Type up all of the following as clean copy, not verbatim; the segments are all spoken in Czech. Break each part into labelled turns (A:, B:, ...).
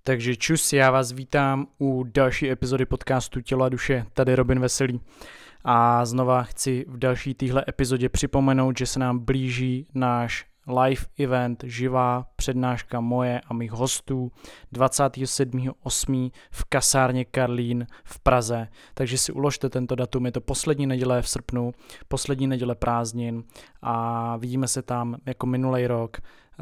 A: Takže čus, já vás vítám u další epizody podcastu Tělo a duše, tady Robin Veselý. A znova chci v další téhle epizodě připomenout, že se nám blíží náš live event, živá přednáška moje a mých hostů 27.8. v kasárně Karlín v Praze. Takže si uložte tento datum, je to poslední neděle v srpnu, poslední neděle prázdnin a vidíme se tam jako minulej rok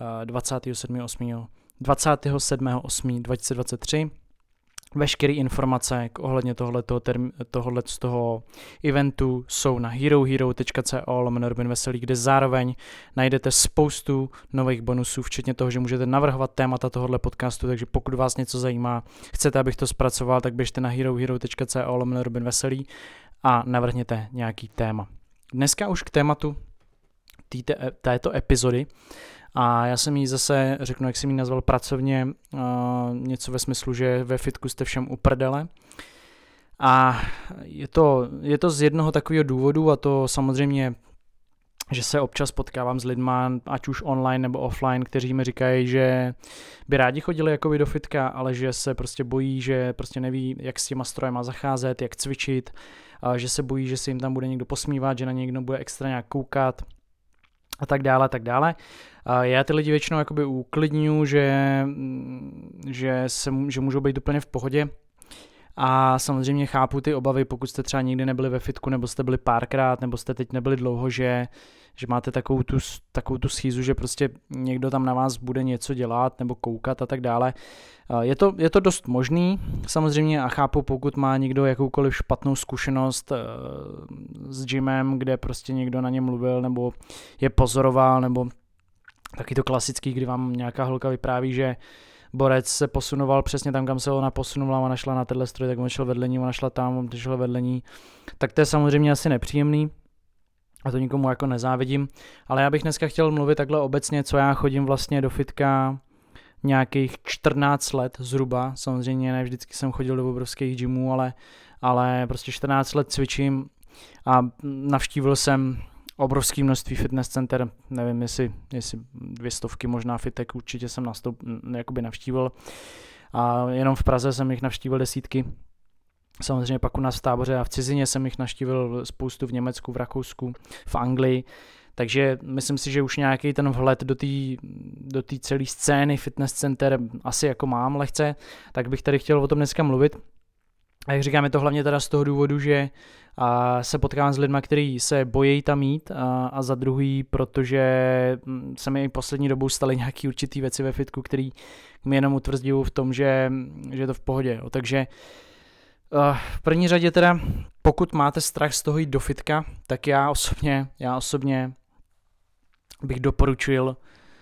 A: 27.8.2023. Veškeré informace ohledně tohohle z toho eventu jsou na herohero.co/Robin Veselý, kde zároveň najdete spoustu nových bonusů, včetně toho, že můžete navrhovat témata tohohle podcastu, takže pokud vás něco zajímá, chcete, abych to zpracoval, tak běžte na herohero.co/Robin Veselý a navrhněte nějaký téma. Dneska už k tématu této epizody. A já jsem jí zase, řeknu, jak jsem jí nazval pracovně, něco ve smyslu, že ve fitku jste všem u prdele. A je to z jednoho takového důvodu, a to samozřejmě, že se občas potkávám s lidma, ať už online nebo offline, kteří mi říkají, že by rádi chodili jakoby do fitka, ale že se prostě bojí, že prostě neví, jak s těma strojema zacházet, jak cvičit, že se bojí, že se jim tam bude někdo posmívat, že na někdo bude extra nějak koukat a tak dále, tak dále. Já ty lidi většinou jakoby uklidňuji, že můžou být úplně v pohodě. A samozřejmě chápu ty obavy, pokud jste třeba nikdy nebyli ve fitku, nebo jste byli párkrát, nebo jste teď nebyli dlouho, že máte takovou tu schýzu, že prostě někdo tam na vás bude něco dělat nebo koukat a tak dále. Je to dost možný, samozřejmě, a chápu, pokud má někdo jakoukoliv špatnou zkušenost s gymem, kde prostě někdo na ně mluvil nebo je pozoroval, nebo taky to klasický, kdy vám nějaká holka vypráví, že borec se posunoval přesně tam, kam se ona posunula, ona šla na tenhle stroj, tak on šel vedle ní, ona šla tam, on šel vedle ní. Tak to je samozřejmě asi nepříjemný a to nikomu jako nezávidím, ale já bych dneska chtěl mluvit takhle obecně, co já chodím vlastně do fitka nějakých 14 let zhruba. Samozřejmě ne vždycky jsem chodil do obrovských gymů, ale prostě 14 let cvičím a navštívil jsem obrovské množství fitness center, nevím, jestli 200 možná fitek, určitě jsem navštívil. A jenom v Praze jsem jich navštívil desítky. Samozřejmě pak u nás v Táboře a v cizině jsem jich navštívil spoustu v Německu, v Rakousku, v Anglii. Takže myslím si, že už nějaký ten vhled do té celé scény fitness center asi jako mám lehce, tak bych tady chtěl o tom dneska mluvit. A jak říkám, je to hlavně teda z toho důvodu, že se potkávám s lidmi, kteří se bojí tam jít a za druhý, protože se mi poslední dobou staly nějaké určitý věci ve fitku, které mi jenom utvrzdují v tom, že je to v pohodě. Takže v první řadě teda, pokud máte strach z toho jít do fitka, tak já osobně bych doporučil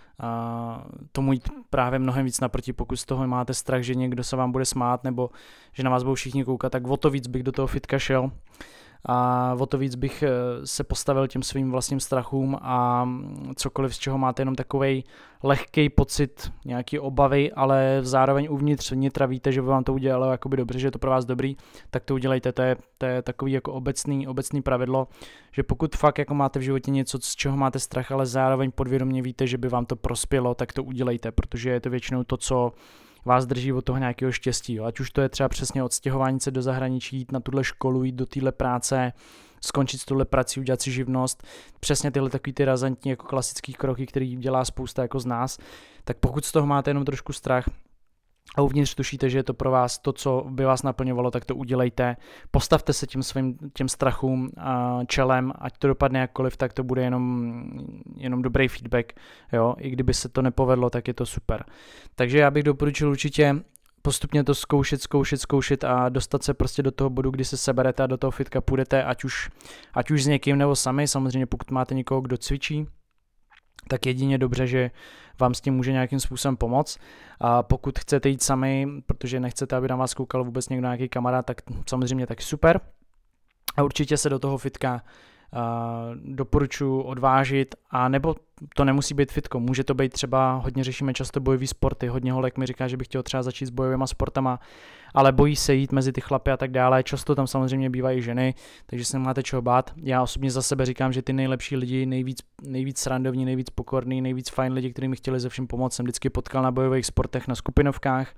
A: tomu jít právě mnohem víc naproti, pokud z toho máte strach, že někdo se vám bude smát nebo že na vás budou všichni koukat, tak o to víc bych do toho fitka šel a o to víc bych se postavil těm svým vlastním strachům a cokoliv, z čeho máte jenom takovej lehký pocit, nějaký obavy, ale zároveň vnitra víte, že by vám to udělalo jakoby dobře, že je to pro vás dobrý, tak to udělejte, to je takový jako obecný pravidlo, že pokud fakt jako máte v životě něco, z čeho máte strach, ale zároveň podvědomě víte, že by vám to prospělo, tak to udělejte, protože je to většinou to, co vás drží od toho nějakého štěstí. Ať už to je třeba přesně odstěhování se do zahraničí, jít na tuhle školu, jít do téhle práce, skončit s tuhle prací, udělat si živnost, přesně tyhle takový ty razantní jako klasický kroky, který dělá spousta jako z nás, tak pokud z toho máte jenom trošku strach a uvnitř tušíte, že je to pro vás to, co by vás naplňovalo, tak to udělejte. Postavte se těm strachům čelem, ať to dopadne jakkoliv, tak to bude jenom dobrý feedback. Jo? I kdyby se to nepovedlo, tak je to super. Takže já bych doporučil určitě postupně to zkoušet a dostat se prostě do toho bodu, kdy se seberete a do toho fitka půjdete, ať už s někým nebo sami, samozřejmě pokud máte někoho, kdo cvičí, tak jedině dobře, že vám s tím může nějakým způsobem pomoct. A pokud chcete jít sami, protože nechcete, aby na vás koukal vůbec někdo nějaký kamarád, tak samozřejmě taky super. A určitě se do toho fitka doporučuji odvážit, a nebo to nemusí být fitko, může to být třeba, hodně řešíme často bojový sporty, hodně holek mi říká, že by chtěl třeba začít s bojovými sportama, ale bojí se jít mezi ty chlapy a tak dále, často tam samozřejmě bývají ženy, takže se nemáte čeho bát. Já osobně za sebe říkám, že ty nejlepší lidi, nejvíc srandovní, nejvíc pokorný, nejvíc fajn lidi, kteří mi chtěli ze všem pomoct, jsem vždycky potkal na bojových sportech, na skupinovkách,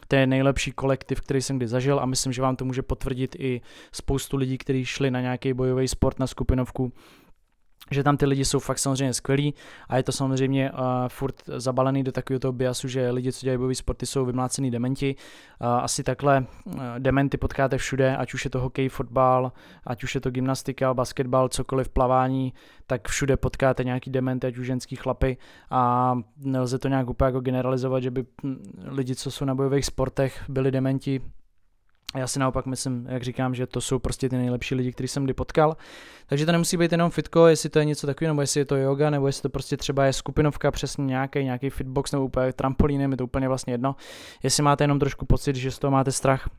A: To je nejlepší kolektiv, který jsem kdy zažil a myslím, že vám to může potvrdit i spoustu lidí, kteří šli na nějaký bojový sport, na skupinovku, že tam ty lidi jsou fakt samozřejmě skvělí a je to samozřejmě furt zabalený do takového toho biasu, že lidi, co dělají bojové sporty, jsou vymlácený dementi. Asi takhle dementy potkáte všude, ať už je to hokej, fotbal, ať už je to gymnastika, basketbal, cokoliv, plavání, tak všude potkáte nějaký dementy, ať už ženský, chlapy a nelze to nějak úplně jako generalizovat, že by lidi, co jsou na bojových sportech, byli dementi. Já si naopak myslím, jak říkám, že to jsou prostě ty nejlepší lidi, který jsem kdy potkal. Takže to nemusí být jenom fitko, jestli to je něco takového, nebo jestli je to yoga, nebo jestli to prostě třeba je skupinovka, přesně nějaký fitbox, nebo úplně trampolínem, je to úplně vlastně jedno. Jestli máte jenom trošku pocit, že z toho máte strach,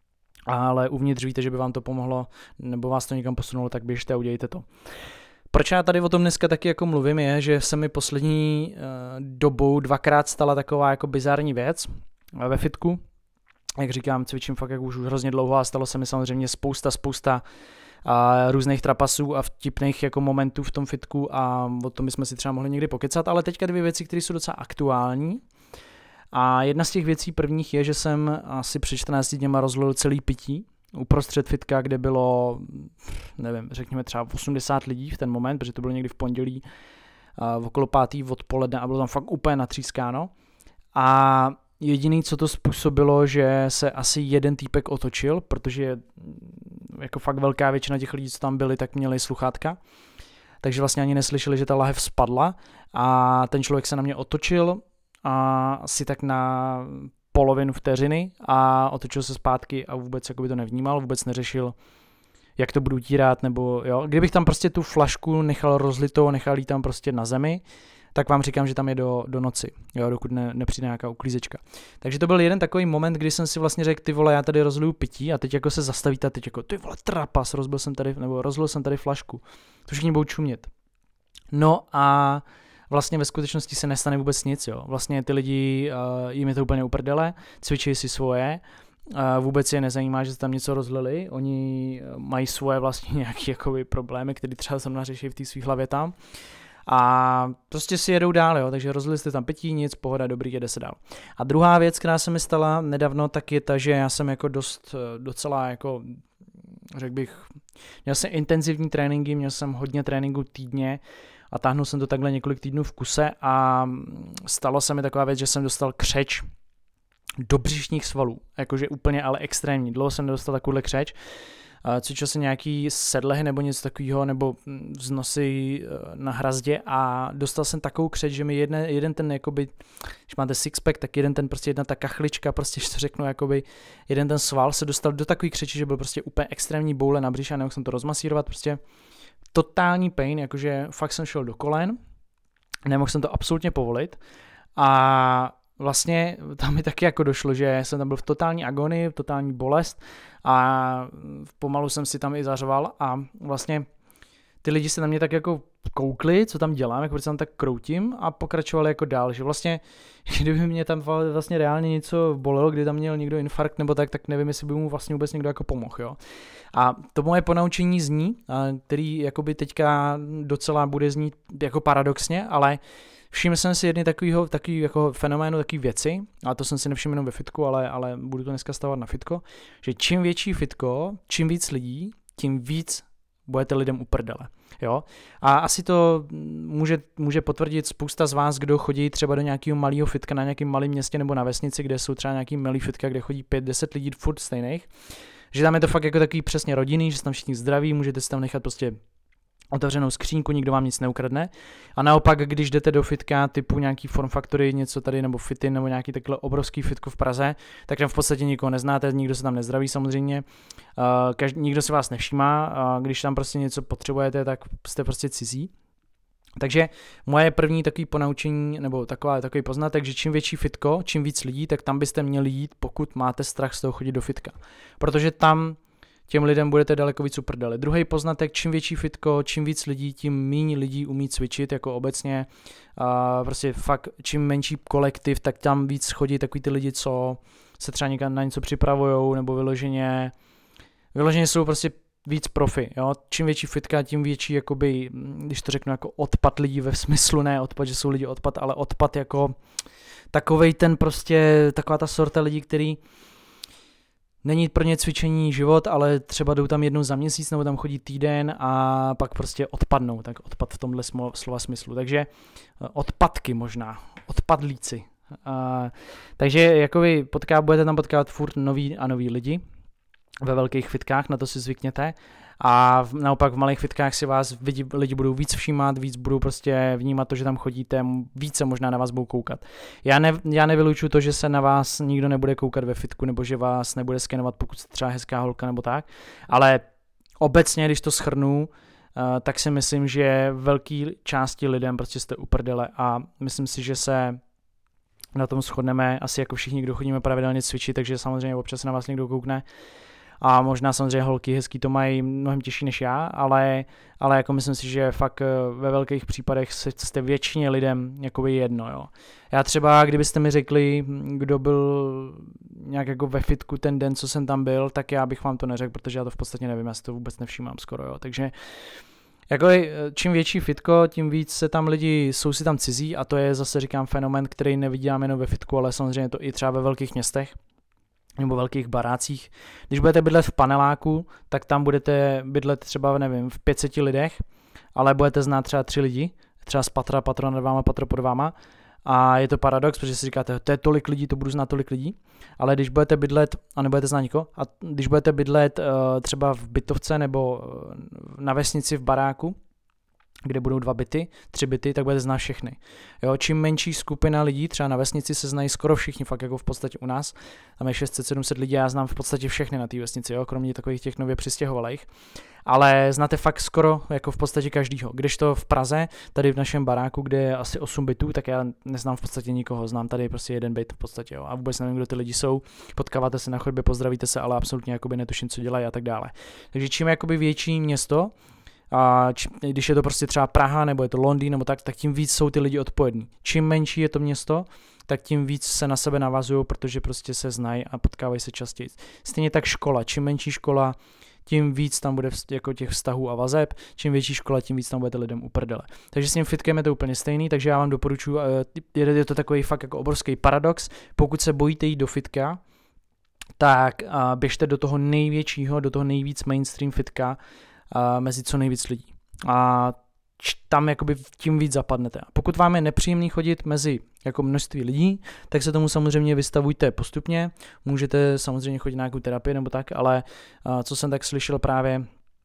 A: ale uvnitř víte, že by vám to pomohlo, nebo vás to někam posunulo, tak běžte a udějte to. Proč já tady o tom dneska taky jako mluvím, je, že se mi poslední dobou dvakrát stala taková jako bizarní věc ve fitku. Jak říkám, cvičím fakt jak už hrozně dlouho a stalo se mi samozřejmě spousta různých trapasů a vtipných jako momentů v tom fitku a o tom bychom si třeba mohli někdy pokecat, ale teďka 2 věci, které jsou docela aktuální. A jedna z těch věcí prvních je, že jsem asi před 14 dněma rozlil celý pití uprostřed fitka, kde bylo, nevím, řekněme třeba 80 lidí v ten moment, protože to bylo někdy v pondělí okolo 5. odpoledne a bylo tam fakt úplně natřískáno. A jediný, co to způsobilo, že se asi jeden týpek otočil, protože jako fakt velká většina těch lidí, co tam byli, tak měli sluchátka. Takže vlastně ani neslyšeli, že ta lahev spadla a ten člověk se na mě otočil a asi tak na polovinu vteřiny a otočil se zpátky a vůbec jakoby to nevnímal, vůbec neřešil, jak to budu utírat, nebo jo. Kdybych tam prostě tu flašku nechal rozlitou, nechal jí tam prostě na zemi, tak vám říkám, že tam je do noci, jo, dokud nepřijde nějaká uklízečka. Takže to byl jeden takový moment, kdy jsem si vlastně řekl, ty vole, já tady rozliju pití a teď jako se zastavíte a teď jako, ty vole, trapas, rozlil jsem tady flašku. To všichni budou čumět. No a vlastně ve skutečnosti se nestane vůbec nic, jo. Vlastně ty lidi, jim je to úplně uprdele, cvičí si svoje, vůbec je nezajímá, že se tam něco rozlili, oni mají svoje vlastně nějaké jakoby problémy, které třeba zrovna řeší v té svých hlavě tam. A prostě si jedou dál, jo, takže rozlili jste tam pití, nic, pohoda, dobrý, jede se dál. A druhá věc, která se mi stala nedávno, tak je ta, že já jsem jako docela jako, řekl bych, měl jsem intenzivní tréninky, měl jsem hodně tréninku týdně a táhnul jsem to takhle několik týdnů v kuse a stalo se mi taková věc, že jsem dostal křeč do břišních svalů, jakože úplně ale extrémní, dlouho jsem nedostal takovouhle křeč. Cvičil jsem nějaký sedlehy nebo něco takového, nebo vznosy na hrazdě a dostal jsem takovou křeč, že mi jeden ten, jakoby, když máte sixpack, tak jeden ten prostě jedna ta kachlička, prostě, že to řeknu, jakoby, jeden ten sval se dostal do takový křeči, že byl prostě úplně extrémní boule na břiše a nemohl jsem to rozmasírovat, prostě totální pain, jakože fakt jsem šel do kolen, nemohl jsem to absolutně povolit a vlastně tam mi taky jako došlo, že jsem tam byl v totální agonii, v totální bolest a pomalu jsem si tam i zařval a vlastně ty lidi se na mě tak jako koukli, co tam dělám, jako protože tam tak kroutím a pokračovali jako dál, že vlastně kdyby mě tam vlastně reálně něco bolelo, kdy tam měl někdo infarkt nebo tak nevím, jestli by mu vlastně vůbec někdo jako pomohl, jo. A to moje ponaučení zní, který jakoby teďka docela bude znít jako paradoxně, ale všiml jsem si jedny takový jako fenoménu, takový věci, a to jsem si nevšiml jenom ve fitku, ale budu to dneska stavovat na fitko, že čím větší fitko, čím víc lidí, tím víc budete lidem uprdele. Jo? A asi to může potvrdit spousta z vás, kdo chodí třeba do nějakého malého fitka na nějakém malém městě nebo na vesnici, kde jsou třeba nějaký malý fitka, kde chodí 5-10 lidí furt stejných, že tam je to fakt jako takový přesně rodinný, že se tam všichni zdraví, můžete si tam nechat prostě otevřenou skřínku, nikdo vám nic neukradne. A naopak, když jdete do fitka typu nějaký Form Factory, něco tady, nebo Fitin, nebo nějaký takhle obrovský fitko v Praze, tak tam v podstatě nikoho neznáte, nikdo se tam nezdraví samozřejmě, nikdo si vás nevšímá, když tam prostě něco potřebujete, tak jste prostě cizí. Takže moje první takový ponaučení, nebo takový poznatek, že čím větší fitko, čím víc lidí, tak tam byste měli jít, pokud máte strach z toho chodit do fitka. Protože tam těm lidem budete daleko víc uprdele. Druhý poznatek, čím větší fitko, čím víc lidí, tím méně lidí umí cvičit, jako obecně. Prostě fakt, čím menší kolektiv, tak tam víc chodí takový ty lidi, co se třeba někam na něco připravujou, nebo vyloženě jsou prostě víc profi. Jo? Čím větší fitka, tím větší, jakoby, když to řeknu, jako odpad lidí ve smyslu, ne odpad, že jsou lidi odpad, ale odpad jako takovej ten prostě, taková ta sorta lidí, který není pro ně cvičení život, ale třeba jdou tam jednou za měsíc nebo tam chodí týden a pak prostě odpadnou, tak odpad v tomhle slova smyslu. Takže odpadky možná, odpadlíci. Takže jakoby budete tam potkávat furt nový a nový lidi ve velkých fitkách, na to si zvykněte. A naopak v malých fitkách si vás lidi budou víc všímat, víc budou prostě vnímat to, že tam chodíte, více možná na vás budou koukat. Já nevylučuju to, že se na vás nikdo nebude koukat ve fitku, nebo že vás nebude skenovat, pokud jste třeba hezká holka nebo tak, ale obecně, když to shrnu, tak si myslím, že velký části lidem prostě jste u prdele a myslím si, že se na tom shodneme asi jako všichni, kdo chodíme pravidelně cvičit, takže samozřejmě občas na vás někdo koukne. A možná samozřejmě holky hezký to mají mnohem těžší než já, ale jako myslím si, že fakt ve velkých případech jste většině lidem jakoby jedno, jo. Já třeba, kdybyste mi řekli, kdo byl nějak jako ve fitku ten den, co jsem tam byl, tak já bych vám to neřekl, protože já to v podstatě nevím, já si to vůbec nevšímám skoro, jo. Takže jako čím větší fitko, tím víc se tam jsou si tam cizí a to je zase říkám fenomén, který nevidím jenom ve fitku, ale samozřejmě to i třeba ve velkých městech nebo velkých barácích. Když budete bydlet v paneláku, tak tam budete bydlet třeba, nevím, v 500 lidech, ale budete znát třeba 3 lidi, třeba z patro nad váma, patro pod váma. A je to paradox, protože si říkáte, to je tolik lidí, to budu znát tolik lidí, ale když budete bydlet a nebudete znát nikoho, a když budete bydlet třeba v bytovce nebo na vesnici v baráku, kde budou 2 byty, 3 byty, tak budete znát všechny. Jo, čím menší skupina lidí, třeba na vesnici se znají skoro všichni, fakt jako v podstatě u nás, tam je 600-700 lidí, já znám v podstatě všechny na té vesnici, jo, kromě takových těch nově přistěhovalých, ale znáte fakt skoro jako v podstatě každýho. Kdežto v Praze, tady v našem baráku, kde je asi 8 bytů, tak já neznám v podstatě nikoho, znám tady prostě jeden byt v podstatě, jo, a vůbec nevím, kdo ty lidi jsou, potkáváte se na chodbě, pozdravíte se, ale absolutně jakoby netuším, co dělají a tak dále. Takže čím jakoby větší město, a když je to prostě třeba Praha nebo je to Londýn nebo tak tím víc jsou ty lidi odpovědní. Čím menší je to město, tak tím víc se na sebe navazují, protože prostě se znají a potkávají se častěji. Stejně tak škola. Čím menší škola, tím víc tam bude jako těch vztahů a vazeb, čím větší škola, tím víc tam budete lidem uprdele. Takže s tím fitkem je to úplně stejný, takže já vám doporučuji, je to takový fakt jako obrovský paradox, pokud se bojíte jít do fitka, tak běžte do toho největšího, do toho nejvíc mainstream fitka, mezi co nejvíc lidí. A tam jakoby tím víc zapadnete. A pokud vám je nepříjemný chodit mezi jako množství lidí, tak se tomu samozřejmě vystavujte postupně. Můžete samozřejmě chodit na nějakou terapii nebo tak, ale co jsem tak slyšel právě,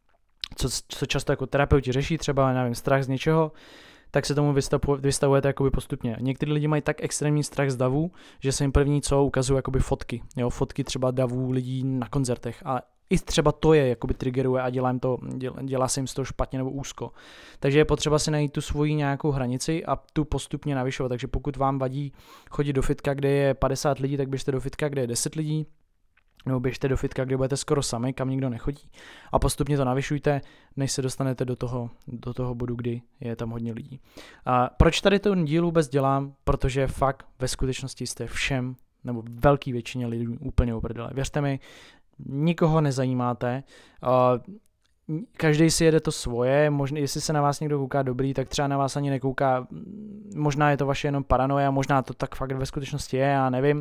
A: co často jako terapeuti řeší, třeba nevím, strach z něčeho, tak se tomu vystavujete jakoby postupně. Někteří lidi mají tak extrémní strach z davů, že se jim první co ukazují jakoby fotky. Jo, fotky třeba davů lidí na koncertech. A i třeba to je jakoby triggeruje a dělá se jim z toho špatně nebo úzko. Takže je potřeba si najít tu svoji nějakou hranici a tu postupně navyšovat. Takže pokud vám vadí chodit do fitka, kde je 50 lidí, tak běžte do fitka, kde je 10 lidí, nebo běžte do fitka, kde budete skoro sami, kam nikdo nechodí. A postupně to navyšujte, než se dostanete do toho bodu, kdy je tam hodně lidí. A proč tady ten díl vůbec dělám? Protože fakt ve skutečnosti jste všem, nebo velký většině lidí úplně uprdele. Věřte mi, nikoho nezajímáte, každý si jede to svoje, možná, jestli se na vás někdo kouká dobrý, tak třeba na vás ani nekouká, možná je to vaše jenom paranoia, možná to tak fakt ve skutečnosti je, já nevím.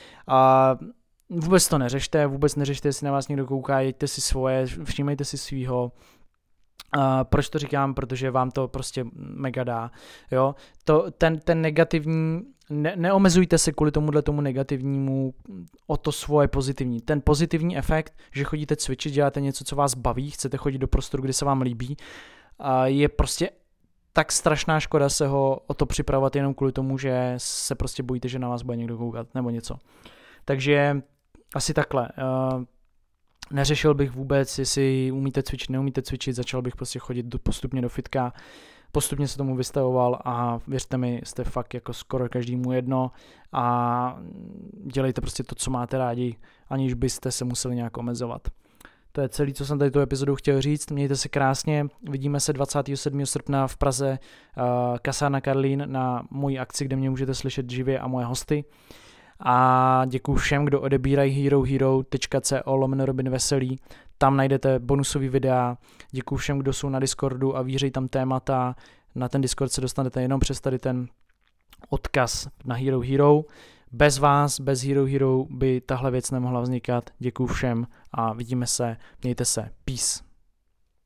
A: Vůbec to neřešte, jestli na vás někdo kouká, jeďte si svoje, všímejte si svýho. Proč to říkám? Protože vám to prostě mega dá. Jo? Ten negativní, neomezujte se kvůli tomu negativnímu o to svoje pozitivní. Ten pozitivní efekt, že chodíte cvičit, děláte něco, co vás baví, chcete chodit do prostoru, kde se vám líbí, je prostě tak strašná škoda se ho o to připravovat jenom kvůli tomu, že se prostě bojíte, že na vás bude někdo koukat nebo něco. Takže asi takhle. Neřešil bych vůbec, jestli umíte cvičit, neumíte cvičit, začal bych prostě chodit postupně do fitka, postupně se tomu vystavoval a věřte mi, jste fakt jako skoro každému jedno a dělejte prostě to, co máte rádi, aniž byste se museli nějak omezovat. To je celé, co jsem tady tu epizodu chtěl říct. Mějte se krásně, vidíme se 27. srpna v Praze, Kasárna Karlín na mojí akci, kde mě můžete slyšet živě a moje hosty. A děkuji všem, kdo odebírají herohero.co/Robin Veselý. Tam najdete bonusový videa. Děkuji všem, kdo jsou na Discordu a vířejí tam témata. Na ten Discord se dostanete jenom přes tady ten odkaz na Hero Hero. Bez vás, bez Hero Hero by tahle věc nemohla vznikat. Děkuju všem a vidíme se, mějte se, peace.